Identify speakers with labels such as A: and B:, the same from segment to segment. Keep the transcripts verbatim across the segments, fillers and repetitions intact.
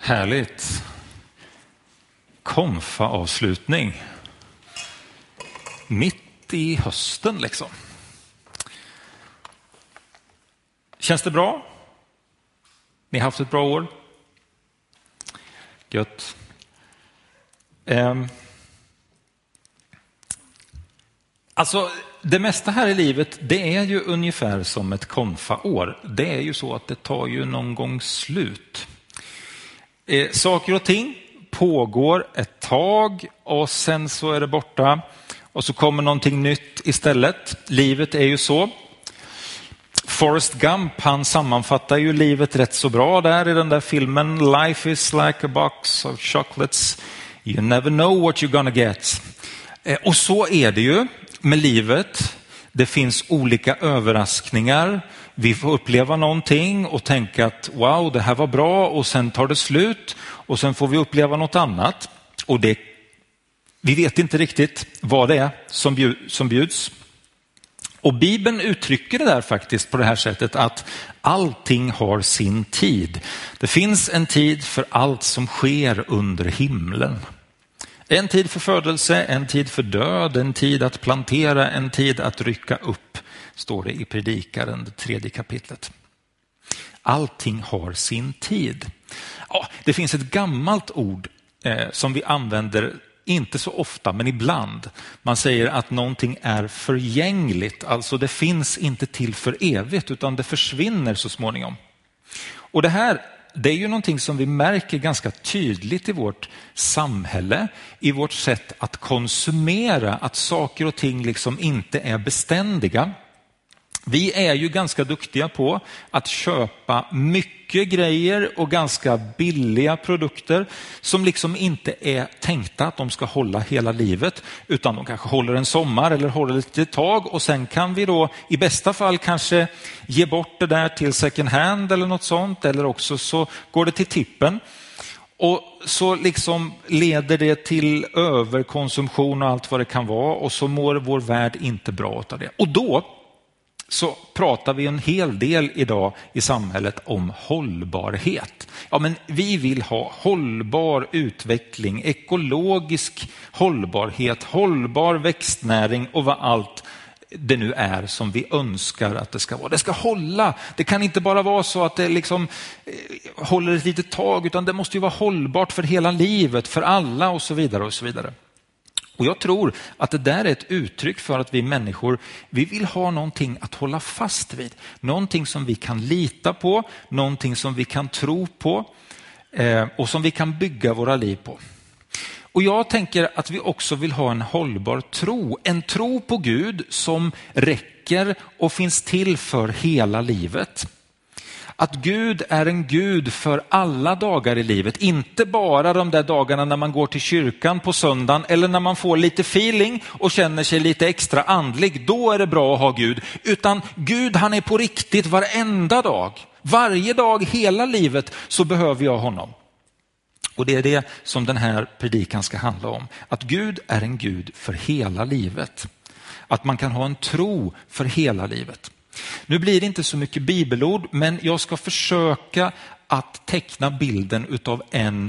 A: Härligt. Konfa-avslutning. Mitt i hösten liksom. Känns det bra? Ni har haft ett bra år? Gött. Um. Alltså, det mesta här i livet, det är ju ungefär som ett konfa-år. Det är ju så att det tar ju någon gång slut. Eh, saker och ting pågår ett tag och sen så är det borta. Och så kommer någonting nytt istället. Livet är ju så. Forrest Gump, han sammanfattar ju livet rätt så bra där i den där filmen. Life is like a box of chocolates. You never know what you're gonna get. Eh, och så är det ju med livet. Det finns olika överraskningar. Vi får uppleva någonting och tänka att wow, det här var bra, och sen tar det slut och sen får vi uppleva något annat. Och det, vi vet inte riktigt vad det är som, bjud, som bjuds. Och Bibeln uttrycker det där faktiskt på det här sättet att allting har sin tid. Det finns en tid för allt som sker under himlen. En tid för födelse, en tid för död, en tid att plantera, en tid att rycka upp, står det i Predikaren, det tredje kapitlet. Allting har sin tid. Ja, det finns ett gammalt ord eh, som vi använder inte så ofta, men ibland. Man säger att någonting är förgängligt, alltså det finns inte till för evigt utan det försvinner så småningom. Och det här, det är ju någonting som vi märker ganska tydligt i vårt samhälle, i vårt sätt att konsumera, att saker och ting liksom inte är beständiga. Vi är ju ganska duktiga på att köpa mycket grejer och ganska billiga produkter som liksom inte är tänkta att de ska hålla hela livet, utan de kanske håller en sommar eller håller lite tag, och sen kan vi då i bästa fall kanske ge bort det där till second hand eller något sånt, eller också så går det till tippen. Och så liksom leder det till överkonsumtion och allt vad det kan vara, och så mår vår värld inte bra av det. Och då så pratar vi en hel del idag i samhället om hållbarhet. Ja, men vi vill ha hållbar utveckling, ekologisk hållbarhet, hållbar växtnäring och vad allt det nu är som vi önskar att det ska vara. Det ska hålla. Det kan inte bara vara så att det liksom håller ett litet tag, utan det måste ju vara hållbart för hela livet, för alla och så vidare och så vidare. Och jag tror att det där är ett uttryck för att vi människor, vi vill ha någonting att hålla fast vid. Någonting som vi kan lita på, någonting som vi kan tro på eh, och som vi kan bygga våra liv på. Och jag tänker att vi också vill ha en hållbar tro. En tro på Gud som räcker och finns till för hela livet. Att Gud är en Gud för alla dagar i livet. Inte bara de där dagarna när man går till kyrkan på söndagen eller när man får lite feeling och känner sig lite extra andlig. Då är det bra att ha Gud. Utan Gud, han är på riktigt varenda dag. Varje dag, hela livet, så behöver jag honom. Och det är det som den här predikan ska handla om. Att Gud är en Gud för hela livet. Att man kan ha en tro för hela livet. Nu blir det inte så mycket bibelord, men jag ska försöka att teckna bilden utav en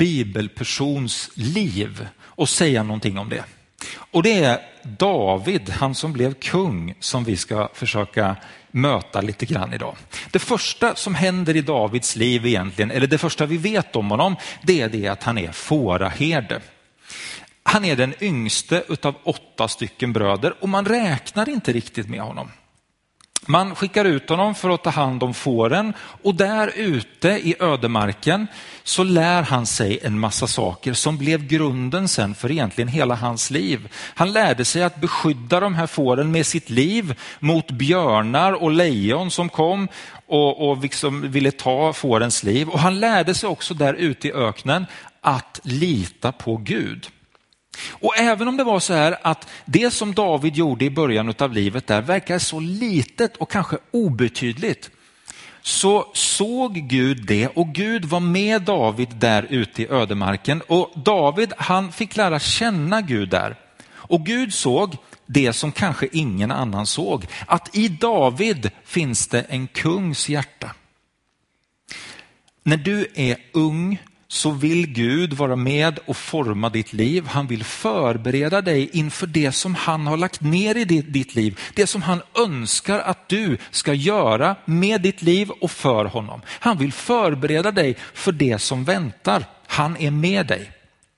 A: bibelpersons liv och säga någonting om det. Och det är David, han som blev kung, som vi ska försöka möta lite grann idag. Det första som händer i Davids liv egentligen, eller det första vi vet om honom, det är det att han är fåraherde. Han är den yngste utav åtta stycken bröder och man räknar inte riktigt med honom. Man skickar ut honom för att ta hand om fåren, och där ute i ödemarken så lär han sig en massa saker som blev grunden sen för egentligen hela hans liv. Han lärde sig att beskydda de här fåren med sitt liv mot björnar och lejon som kom och, och liksom ville ta fårens liv. Och han lärde sig också där ute i öknen att lita på Gud. Och även om det var så här att det som David gjorde i början av livet där verkar så litet och kanske obetydligt, så såg Gud det, och Gud var med David där ute i ödemarken, och David, han fick lära känna Gud där. Och Gud såg det som kanske ingen annan såg, att i David finns det en kungs hjärta. När du är ung så vill Gud vara med och forma ditt liv. Han vill förbereda dig inför det som han har lagt ner i ditt liv. Det som han önskar att du ska göra med ditt liv och för honom. Han vill förbereda dig för det som väntar. Han är med dig.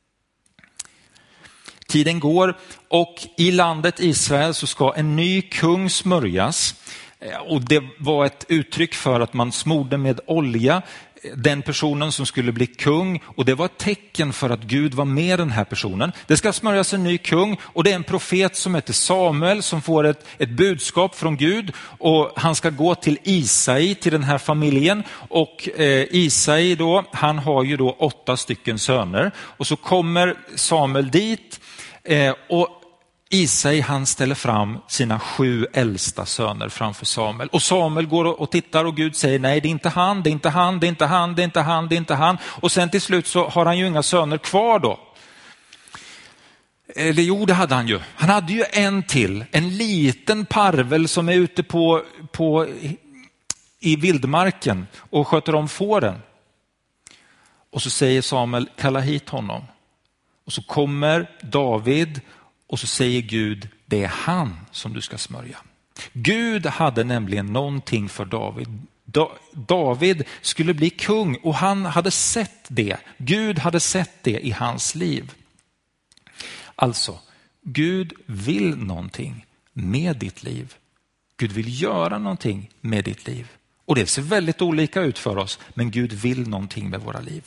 A: Tiden går och i landet Israel så ska en ny kung smörjas. Och det var ett uttryck för att man smorde med olja den personen som skulle bli kung, och det var ett tecken för att Gud var med den här personen. Det ska smörjas en ny kung, och det är en profet som heter Samuel som får ett, ett budskap från Gud, och han ska gå till Isai, till den här familjen, och eh, Isai då, han har ju då åtta stycken söner, och så kommer Samuel dit eh, och Isai han ställer fram sina sju äldsta söner framför Samuel. Och Samuel går och tittar och Gud säger nej, det är inte han, det är inte han, det är inte han, det är inte han, det är inte han. Och sen till slut så har han ju inga söner kvar då. Eller jo, det hade han ju. Han hade ju en till, en liten parvel som är ute på, på i vildmarken och sköter om fåren. Och så säger Samuel, kalla hit honom. Och så kommer David. Och så säger Gud, det är han som du ska smörja. Gud hade nämligen någonting för David. Da- David skulle bli kung, och han hade sett det. Gud hade sett det i hans liv. Alltså, Gud vill någonting med ditt liv. Gud vill göra någonting med ditt liv. Och det ser väldigt olika ut för oss, men Gud vill någonting med våra liv.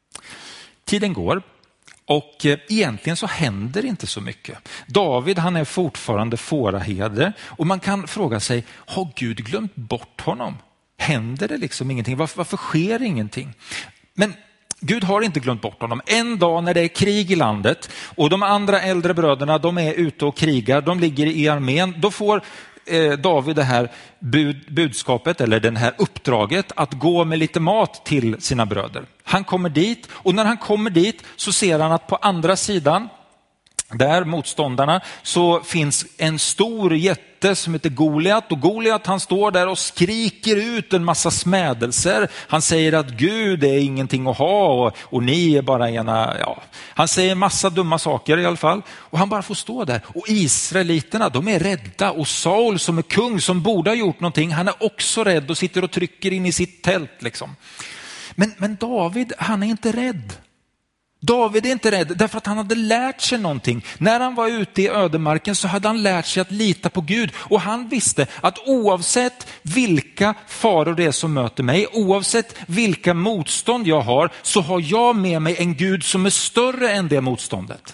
A: Tiden går. Och egentligen så händer inte så mycket. David han är fortfarande fåraherde, och man kan fråga sig, har Gud glömt bort honom? Händer det liksom ingenting? Varför, varför sker ingenting? Men Gud har inte glömt bort honom. En dag när det är krig i landet och de andra äldre bröderna de är ute och krigar, de ligger i armén, då får David det här bud, budskapet eller det här uppdraget att gå med lite mat till sina bröder. Han kommer dit, och när han kommer dit så ser han att på andra sidan, där motståndarna, så finns en stor jätte som heter Goliat, och Goliat han står där och skriker ut en massa smädelser. Han säger att Gud är ingenting att ha, och, och ni är bara ena, ja. Han säger massa dumma saker i alla fall, och han bara får stå där. Och israeliterna, de är rädda, och Saul som är kung, som borde ha gjort någonting, han är också rädd och sitter och trycker in i sitt tält liksom. Men, men David, han är inte rädd. David är inte rädd därför att han hade lärt sig någonting. När han var ute i ödemarken så hade han lärt sig att lita på Gud. Och han visste att oavsett vilka faror det är som möter mig, oavsett vilka motstånd jag har, så har jag med mig en Gud som är större än det motståndet.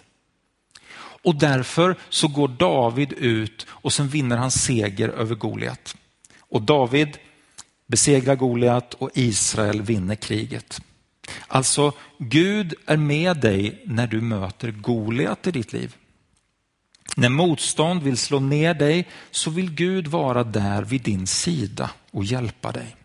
A: Och därför så går David ut och sen vinner han seger över Goliat. Och David besegrar Goliat och Israel vinner kriget. Alltså, Gud är med dig när du möter Goliat i ditt liv. När motstånd vill slå ner dig så vill Gud vara där vid din sida och hjälpa dig.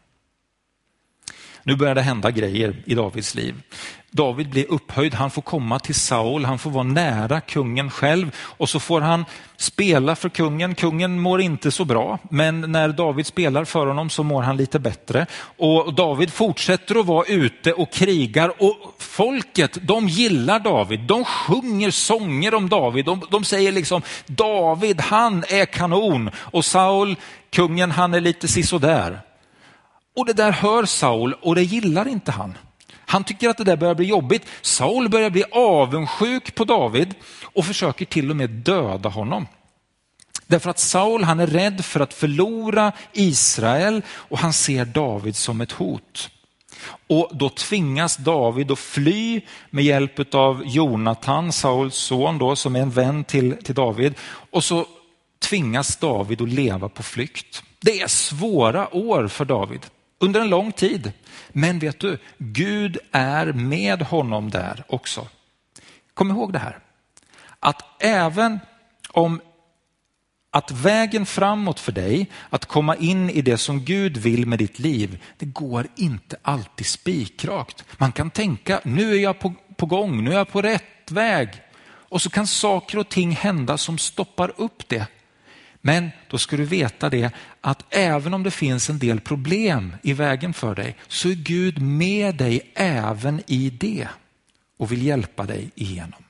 A: Nu börjar det hända grejer i Davids liv. David blir upphöjd, han får komma till Saul, han får vara nära kungen själv, och så får han spela för kungen. Kungen mår inte så bra, men när David spelar för honom så mår han lite bättre. Och David fortsätter att vara ute och krigar, och folket, de gillar David. De sjunger sånger om David. De, de säger liksom, David, han är kanon. Och Saul, kungen, han är lite sisådär. Och det där hör Saul, och det gillar inte han. Han tycker att det där börjar bli jobbigt. Saul börjar bli avundsjuk på David och försöker till och med döda honom. Därför att Saul, han är rädd för att förlora Israel, och han ser David som ett hot. Och då tvingas David att fly med hjälp av Jonatan, Sauls son då, som är en vän till, till David. Och så tvingas David att leva på flykt. Det är svåra år för David. Under en lång tid. Men vet du, Gud är med honom där också. Kom ihåg det här. Att även om att vägen framåt för dig, att komma in i det som Gud vill med ditt liv, det går inte alltid spikrakt. Man kan tänka, nu är jag på, på gång, nu är jag på rätt väg. Och så kan saker och ting hända som stoppar upp det. Men då ska du veta det att även om det finns en del problem i vägen för dig så är Gud med dig även i det och vill hjälpa dig igenom.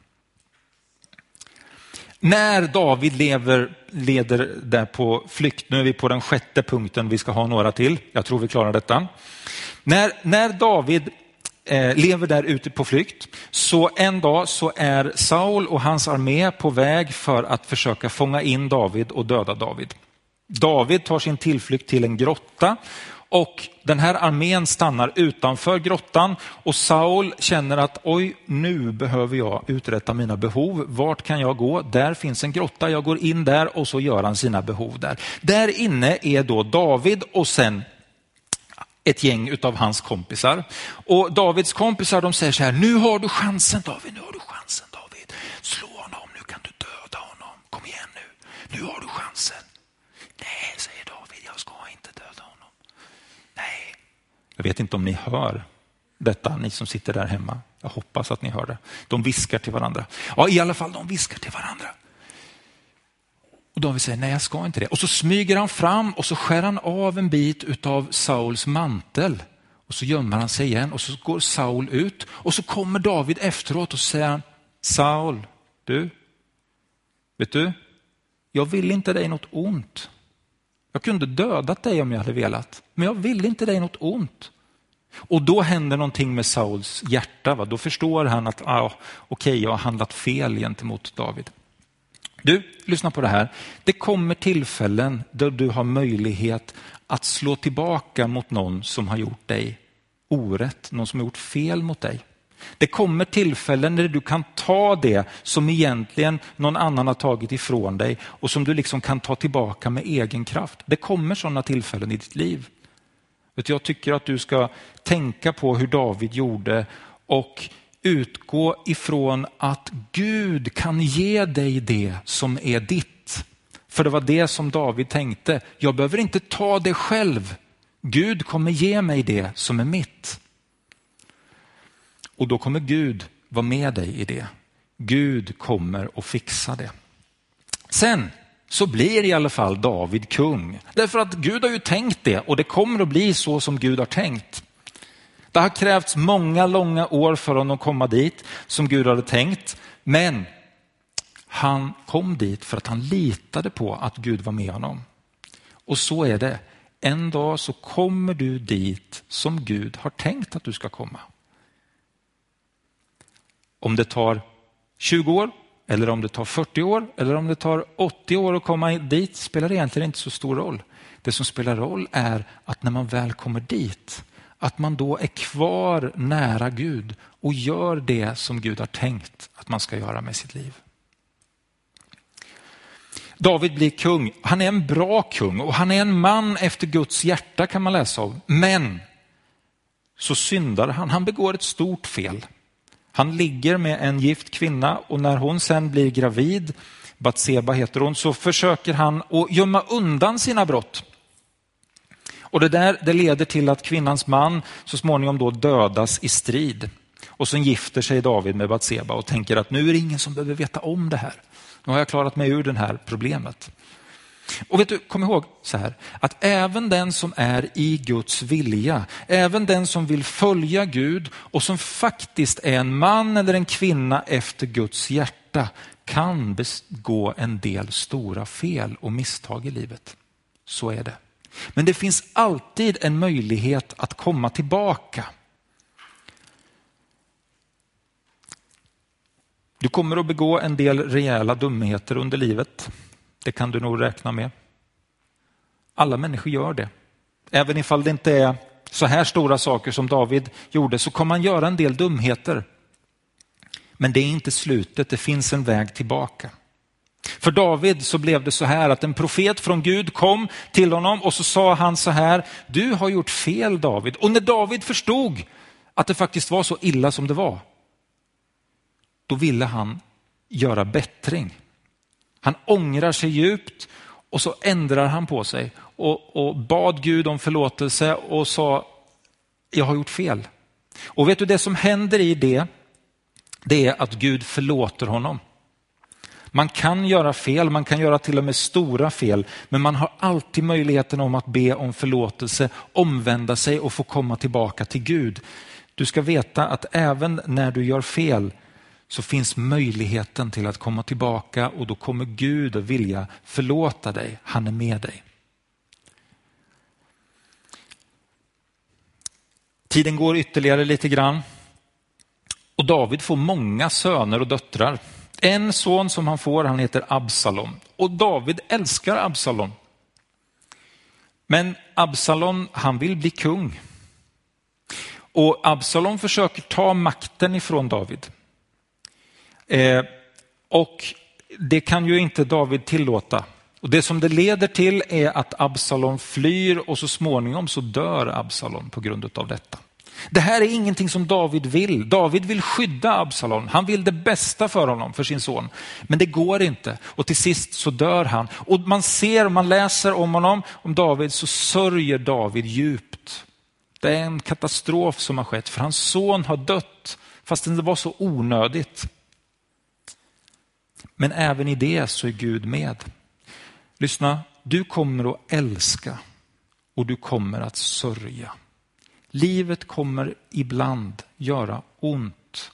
A: När David lever, leder där på flykt, nu är vi på den sjätte punkten, vi ska ha några till, jag tror vi klarar detta. När, när David eh, lever där ute på flykt så en dag så är Saul och hans armé på väg för att försöka fånga in David och döda David. David tar sin tillflykt till en grotta och den här armén stannar utanför grottan och Saul känner att oj, nu behöver jag uträtta mina behov. Vart kan jag gå? Där finns en grotta, jag går in där och så gör han sina behov där. Där inne är då David och sen ett gäng utav hans kompisar. Och Davids kompisar de säger så här, nu har du chansen David, nu har du chansen David. Slå honom, nu kan du döda honom. Kom igen nu, nu har du chansen. Nej, säger David, jag ska inte döda honom. Nej. Jag vet inte om ni hör detta, ni som sitter där hemma. Jag hoppas att ni hör det. De viskar till varandra. Ja, i alla fall de viskar till varandra. Och David säger, nej jag ska inte det. Och så smyger han fram och så skär han av en bit utav Sauls mantel. Och så gömmer han sig igen och så går Saul ut. Och så kommer David efteråt och säger, Saul, du, vet du, jag vill inte dig något ont. Jag kunde dödat dig om jag hade velat, men jag vill inte dig något ont. Och då händer någonting med Sauls hjärta. Va? Då förstår han att ah, okej, okay, jag har handlat fel gentemot David. Du, lyssna på det här. Det kommer tillfällen där du har möjlighet att slå tillbaka mot någon som har gjort dig orätt, någon som har gjort fel mot dig. Det kommer tillfällen där du kan ta det som egentligen någon annan har tagit ifrån dig och som du liksom kan ta tillbaka med egen kraft. Det kommer sådana tillfällen i ditt liv. Jag tycker att du ska tänka på hur David gjorde och utgå ifrån att Gud kan ge dig det som är ditt. För det var det som David tänkte. Jag behöver inte ta det själv. Gud kommer ge mig det som är mitt. Och då kommer Gud vara med dig i det. Gud kommer att fixa det. Sen så blir i alla fall David kung. Därför att Gud har ju tänkt det och det kommer att bli så som Gud har tänkt. Det har krävts många långa år för honom att komma dit som Gud hade tänkt. Men han kom dit för att han litade på att Gud var med honom. Och så är det. En dag så kommer du dit som Gud har tänkt att du ska komma. Om det tar tjugo år eller om det tar fyrtio år eller om det tar åttio år att komma dit spelar egentligen inte så stor roll. Det som spelar roll är att när man väl kommer dit, att man då är kvar nära Gud och gör det som Gud har tänkt att man ska göra med sitt liv. David blir kung. Han är en bra kung och han är en man efter Guds hjärta kan man läsa om. Men så syndar han. Han begår ett stort fel. Han ligger med en gift kvinna och när hon sen blir gravid, Batseba heter hon, så försöker han att gömma undan sina brott. Och det där det leder till att kvinnans man så småningom då dödas i strid. Och så gifter sig David med Batseba och tänker att nu är det ingen som behöver veta om det här. Nu har jag klarat mig ur det här problemet. Och vet du, kom ihåg så här, att även den som är i Guds vilja, även den som vill följa Gud och som faktiskt är en man eller en kvinna efter Guds hjärta kan begå en del stora fel och misstag i livet. Så är det. Men det finns alltid en möjlighet att komma tillbaka. Du kommer att begå en del rejäla dumheter under livet. Det kan du nog räkna med. Alla människor gör det. Även ifall det inte är så här stora saker som David gjorde så kommer man göra en del dumheter. Men det är inte slutet, det finns en väg tillbaka. För David så blev det så här att en profet från Gud kom till honom och så sa han så här: du har gjort fel David. Och när David förstod att det faktiskt var så illa som det var, då ville han göra bättring. Han ångrar sig djupt och så ändrar han på sig och, och bad Gud om förlåtelse och sa: jag har gjort fel. Och vet du, det som händer i det, det är att Gud förlåter honom. Man kan göra fel, man kan göra till och med stora fel, men man har alltid möjligheten om att be om förlåtelse, omvända sig och få komma tillbaka till Gud. Du ska veta att även när du gör fel så finns möjligheten till att komma tillbaka, och då kommer Gud att vilja förlåta dig. Han är med dig. Tiden går ytterligare lite grann. Och David får många söner och döttrar. En son som han får, han heter Absalom. Och David älskar Absalom. Men Absalom, han vill bli kung. Och Absalom försöker ta makten ifrån David. Eh, och det kan ju inte David tillåta. Och det som det leder till är att Absalom flyr, och så småningom så dör Absalom på grund av detta. Det här är ingenting som David vill. David vill skydda Absalom. Han vill det bästa för honom, för sin son. Men det går inte. Och till sist så dör han. Och man ser, man läser om honom, om David, så sörjer David djupt. Det är en katastrof som har skett, för hans son har dött, fast det var så onödigt. Men även i det så är Gud med. Lyssna, du kommer att älska och du kommer att sörja. Livet kommer ibland göra ont.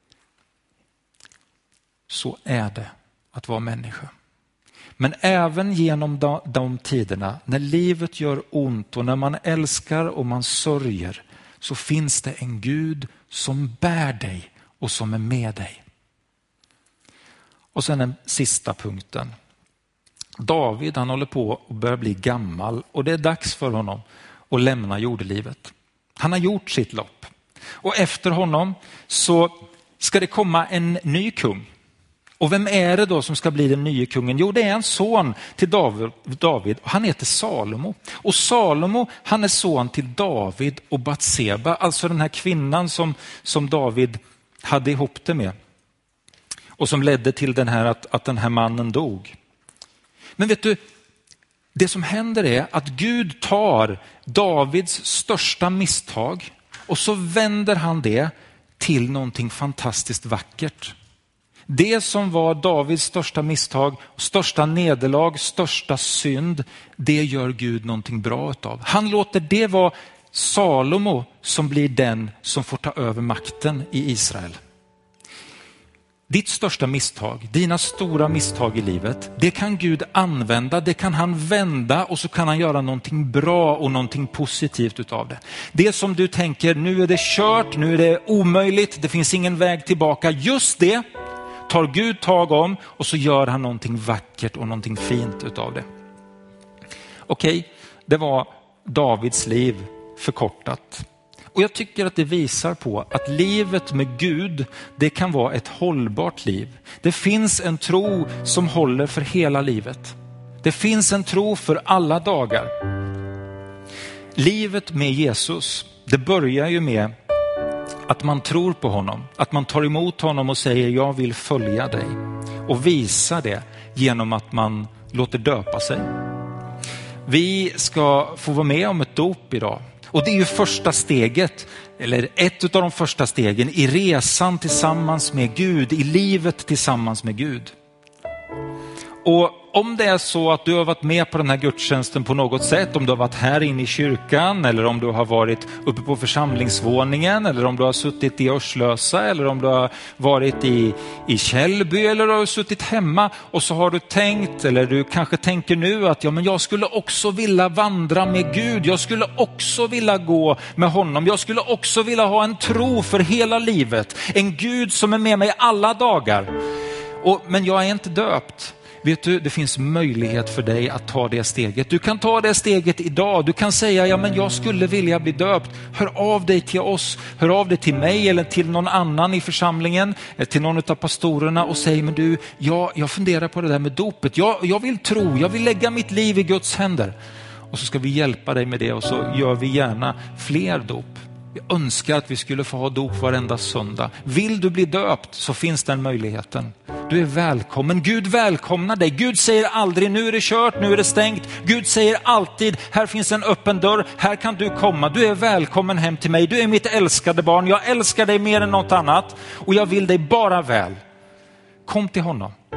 A: Så är det att vara människa. Men även genom de, de tiderna när livet gör ont och när man älskar och man sörjer, så finns det en Gud som bär dig och som är med dig. Och sen den sista punkten. David, han håller på att börja bli gammal, och det är dags för honom att lämna jordelivet. Han har gjort sitt lopp. Och efter honom så ska det komma en ny kung. Och vem är det då som ska bli den nya kungen? Jo, det är en son till David, David och han heter Salomo. Och Salomo, han är son till David och Batseba, alltså den här kvinnan som, som David hade ihop det med. Och som ledde till den här, att, att den här mannen dog. Men vet du, det som händer är att Gud tar Davids största misstag och så vänder han det till någonting fantastiskt vackert. Det som var Davids största misstag, största nederlag, största synd, det gör Gud någonting bra utav. Han låter det vara Salomo som blir den som får ta över makten i Israel. Ditt största misstag, dina stora misstag i livet, det kan Gud använda, det kan han vända, och så kan han göra någonting bra och någonting positivt utav det. Det som du tänker, nu är det kört, nu är det omöjligt, det finns ingen väg tillbaka, just det tar Gud tag om, och så gör han någonting vackert och någonting fint utav det. Okej, det var Davids liv förkortat. Och jag tycker att det visar på att livet med Gud, det kan vara ett hållbart liv. Det finns en tro som håller för hela livet. Det finns en tro för alla dagar. Livet med Jesus, det börjar ju med att man tror på honom. Att man tar emot honom och säger, jag vill följa dig. Och visa det genom att man låter döpa sig. Vi ska få vara med om ett dop idag. Och det är ju första steget, eller ett av de första stegen i resan tillsammans med Gud, i livet tillsammans med Gud. Och om det är så att du har varit med på den här gudstjänsten på något sätt, om du har varit här inne i kyrkan, eller om du har varit uppe på församlingsvåningen, eller om du har suttit i Örslösa, eller om du har varit i, i Källby, eller du har suttit hemma, och så har du tänkt, eller du kanske tänker nu att ja, men jag skulle också vilja vandra med Gud, jag skulle också vilja gå med honom, jag skulle också vilja ha en tro för hela livet, en Gud som är med mig alla dagar. Och, men jag är inte döpt. Vet du, det finns möjlighet för dig att ta det steget. Du kan ta det steget idag. Du kan säga, ja men jag skulle vilja bli döpt. Hör av dig till oss. Hör av dig till mig eller till någon annan i församlingen. Eller till någon av pastorerna och säg, men du, jag, jag funderar på det där med dopet. Jag, jag vill tro, jag vill lägga mitt liv i Guds händer. Och så ska vi hjälpa dig med det, och så gör vi gärna fler dop. Jag önskar att vi skulle få ha dop varenda söndag. Vill du bli döpt så finns den möjligheten. Du är välkommen. Gud välkomnar dig. Gud säger aldrig, nu är det kört, nu är det stängt. Gud säger alltid, här finns en öppen dörr, här kan du komma. Du är välkommen hem till mig. Du är mitt älskade barn. Jag älskar dig mer än något annat. Och jag vill dig bara väl. Kom till honom.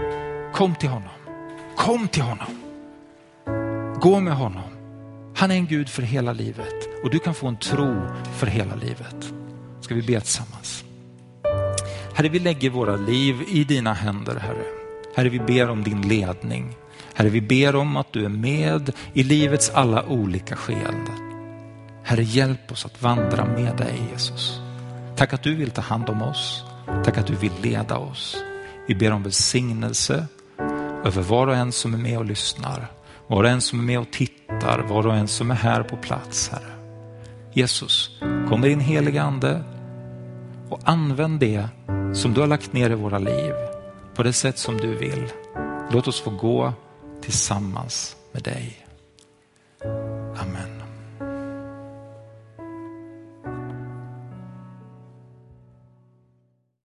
A: Kom till honom. Kom till honom. Gå med honom. Han är en Gud för hela livet. Och du kan få en tro för hela livet. Ska vi be tillsammans? Herre, vi lägger våra liv i dina händer, Herre. Herre, vi ber om din ledning. Herre, vi ber om att du är med i livets alla olika skeenden. Herre, hjälp oss att vandra med dig, Jesus. Tack att du vill ta hand om oss. Tack att du vill leda oss. Vi ber om välsignelse över var och en som är med och lyssnar. Var och en som är med och tittar. Var och en som är här på plats, Herre. Jesus, kom din heliga ande och använd det som du har lagt ner i våra liv på det sätt som du vill. Låt oss få gå tillsammans med dig.